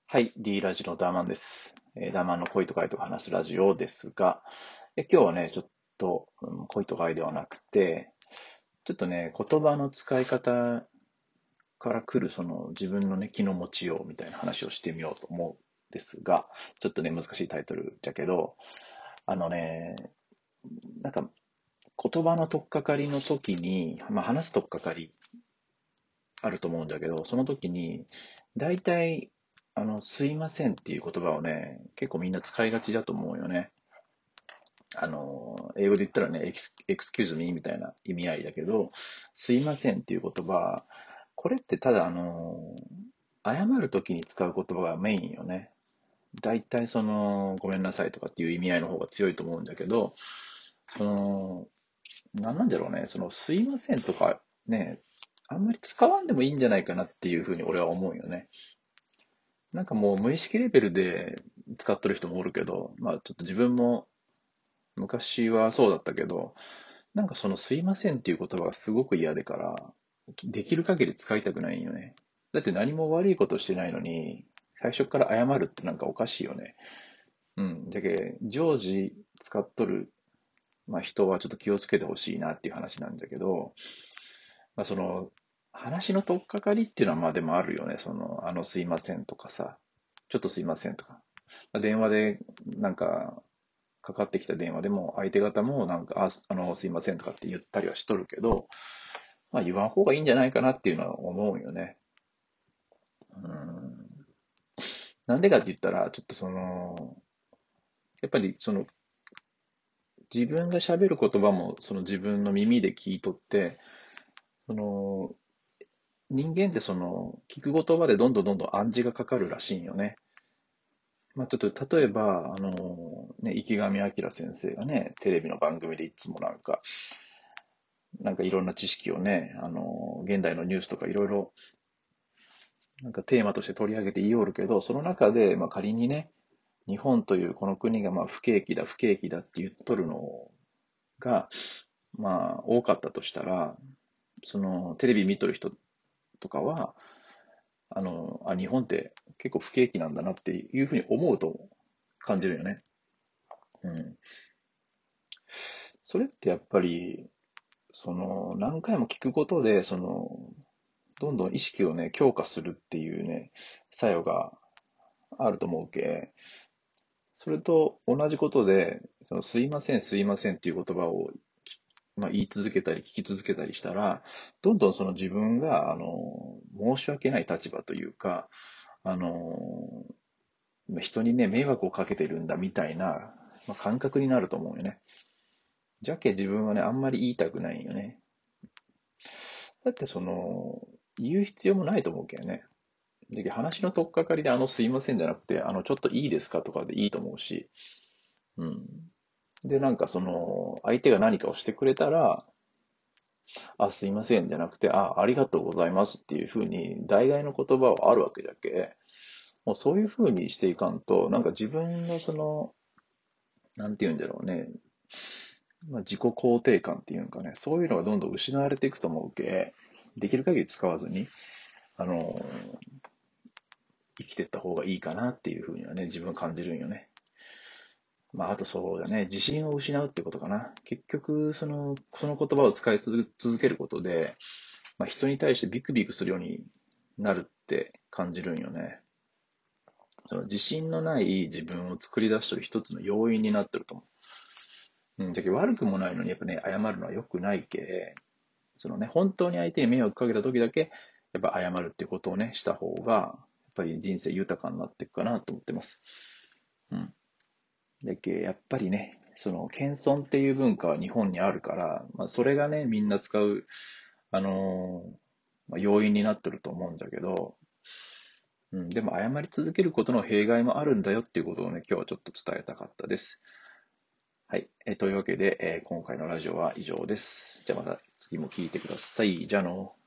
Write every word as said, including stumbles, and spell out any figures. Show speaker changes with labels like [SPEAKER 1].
[SPEAKER 1] はい、D ラジのダーマンです。えーダーマンの恋とか愛とか話すラジオですが、え今日はね、ちょっと、うん恋とか愛ではなくて、ちょっとね、言葉の使い方から来るその自分のね、気の持ちようみたいな話をしてみようと思うんですが、ちょっとね、難しいタイトルだけど、あのね、なんか言葉の取っかかりの時に、まあ話す取っかかりあると思うんだけど、その時に、大体、あの、すいませんっていう言葉をね、結構みんな使いがちだと思うよね。あの、英語で言ったらね、エクス、エクスキューズミーみたいな意味合いだけど、すいませんっていう言葉、これってただ、あの、謝る時に使う言葉がメインよね。大体その、ごめんなさいとかっていう意味合いの方が強いと思うんだけど、その、なんなんだろうね、その、すいませんとかね、あんまり使わんでもいいんじゃないかなっていうふうに俺は思うよね。なんかもう無意識レベルで使ってる人もおるけど、まあちょっと自分も昔はそうだったけど、なんかそのすいませんっていう言葉がすごく嫌でから、できる限り使いたくないんよね。だって何も悪いことしてないのに、最初から謝るってなんかおかしいよね。うん。だけど常時使っとる、まあ、人はちょっと気をつけてほしいなっていう話なんだけど、まあ、その、話の取っかかりっていうのはまあでもあるよね。その、あのすいませんとかさ、ちょっとすいませんとか。電話でなんかかかってきた電話でも相手方もなんか、あ、あの、すいませんとかって言ったりはしとるけど、まあ言わん方がいいんじゃないかなっていうのは思うよね。うん。なんでかって言ったら、ちょっとその、やっぱりその自分が喋る言葉もその自分の耳で聞いとって、その人間ってその聞く言葉でどんどんどんどん暗示がかかるらしいんよね。まあちょっと例えば、あの、ね、池上彰先生がね、テレビの番組でいつもなんか、なんかいろんな知識をね、あの、現代のニュースとかいろいろなんかテーマとして取り上げて言いおるけど、その中で、まあ仮にね、日本というこの国がまあ不景気だ、不景気だって言っとるのが、まあ多かったとしたら、そのテレビ見とる人とかは、あの、あ、日本って結構不景気なんだなっていうふうに思うと感じるよね。うん。それってやっぱり、その何回も聞くことで、その、どんどん意識をね、強化するっていうね、作用があると思うけ、それと同じことで、そのすいません、すいませんっていう言葉を、まあ、言い続けたり聞き続けたりしたら、どんどんその自分が、あの、申し訳ない立場というか、あの、人にね、迷惑をかけてるんだみたいな、まあ、感覚になると思うよね。じゃけ自分はね、あんまり言いたくないよね。だってその、言う必要もないと思うけどね。で、話の取っかかりであのすいませんじゃなくて、あのちょっといいですかとかでいいと思うし、うん。で、なんかその、相手が何かをしてくれたら、あ、すいませんじゃなくて、あ、ありがとうございますっていうふうに、代替の言葉はあるわけだっけ。もうそういうふうにしていかんと、なんか自分のその、なんて言うんだろうね、まあ、自己肯定感っていうんかね、そういうのがどんどん失われていくと思うけ、できる限り使わずに、あの、生きていった方がいいかなっていうふうにはね、自分は感じるんよね。まあ、あとそうだね、自信を失うってことかな。結局、その、その言葉を使い続けることで、まあ、人に対してビクビクするようになるって感じるんよね。その自信のない自分を作り出してる一つの要因になってると思う。うん、だけど悪くもないのに、やっぱね、謝るのは良くないけ、そのね、本当に相手に迷惑かけた時だけ、やっぱ謝るっていうことをね、した方が、やっぱり人生豊かになっていくかなと思ってます。うん。だけやっぱりね、その謙遜っていう文化は日本にあるから、まあ、それがね、みんな使う、あのーまあ、要因になってると思うんだけど、うん、でも謝り続けることの弊害もあるんだよっていうことをね、今日はちょっと伝えたかったです。はい。えーというわけで、えー今回のラジオは以上です。じゃあまた次も聞いてください。じゃあの。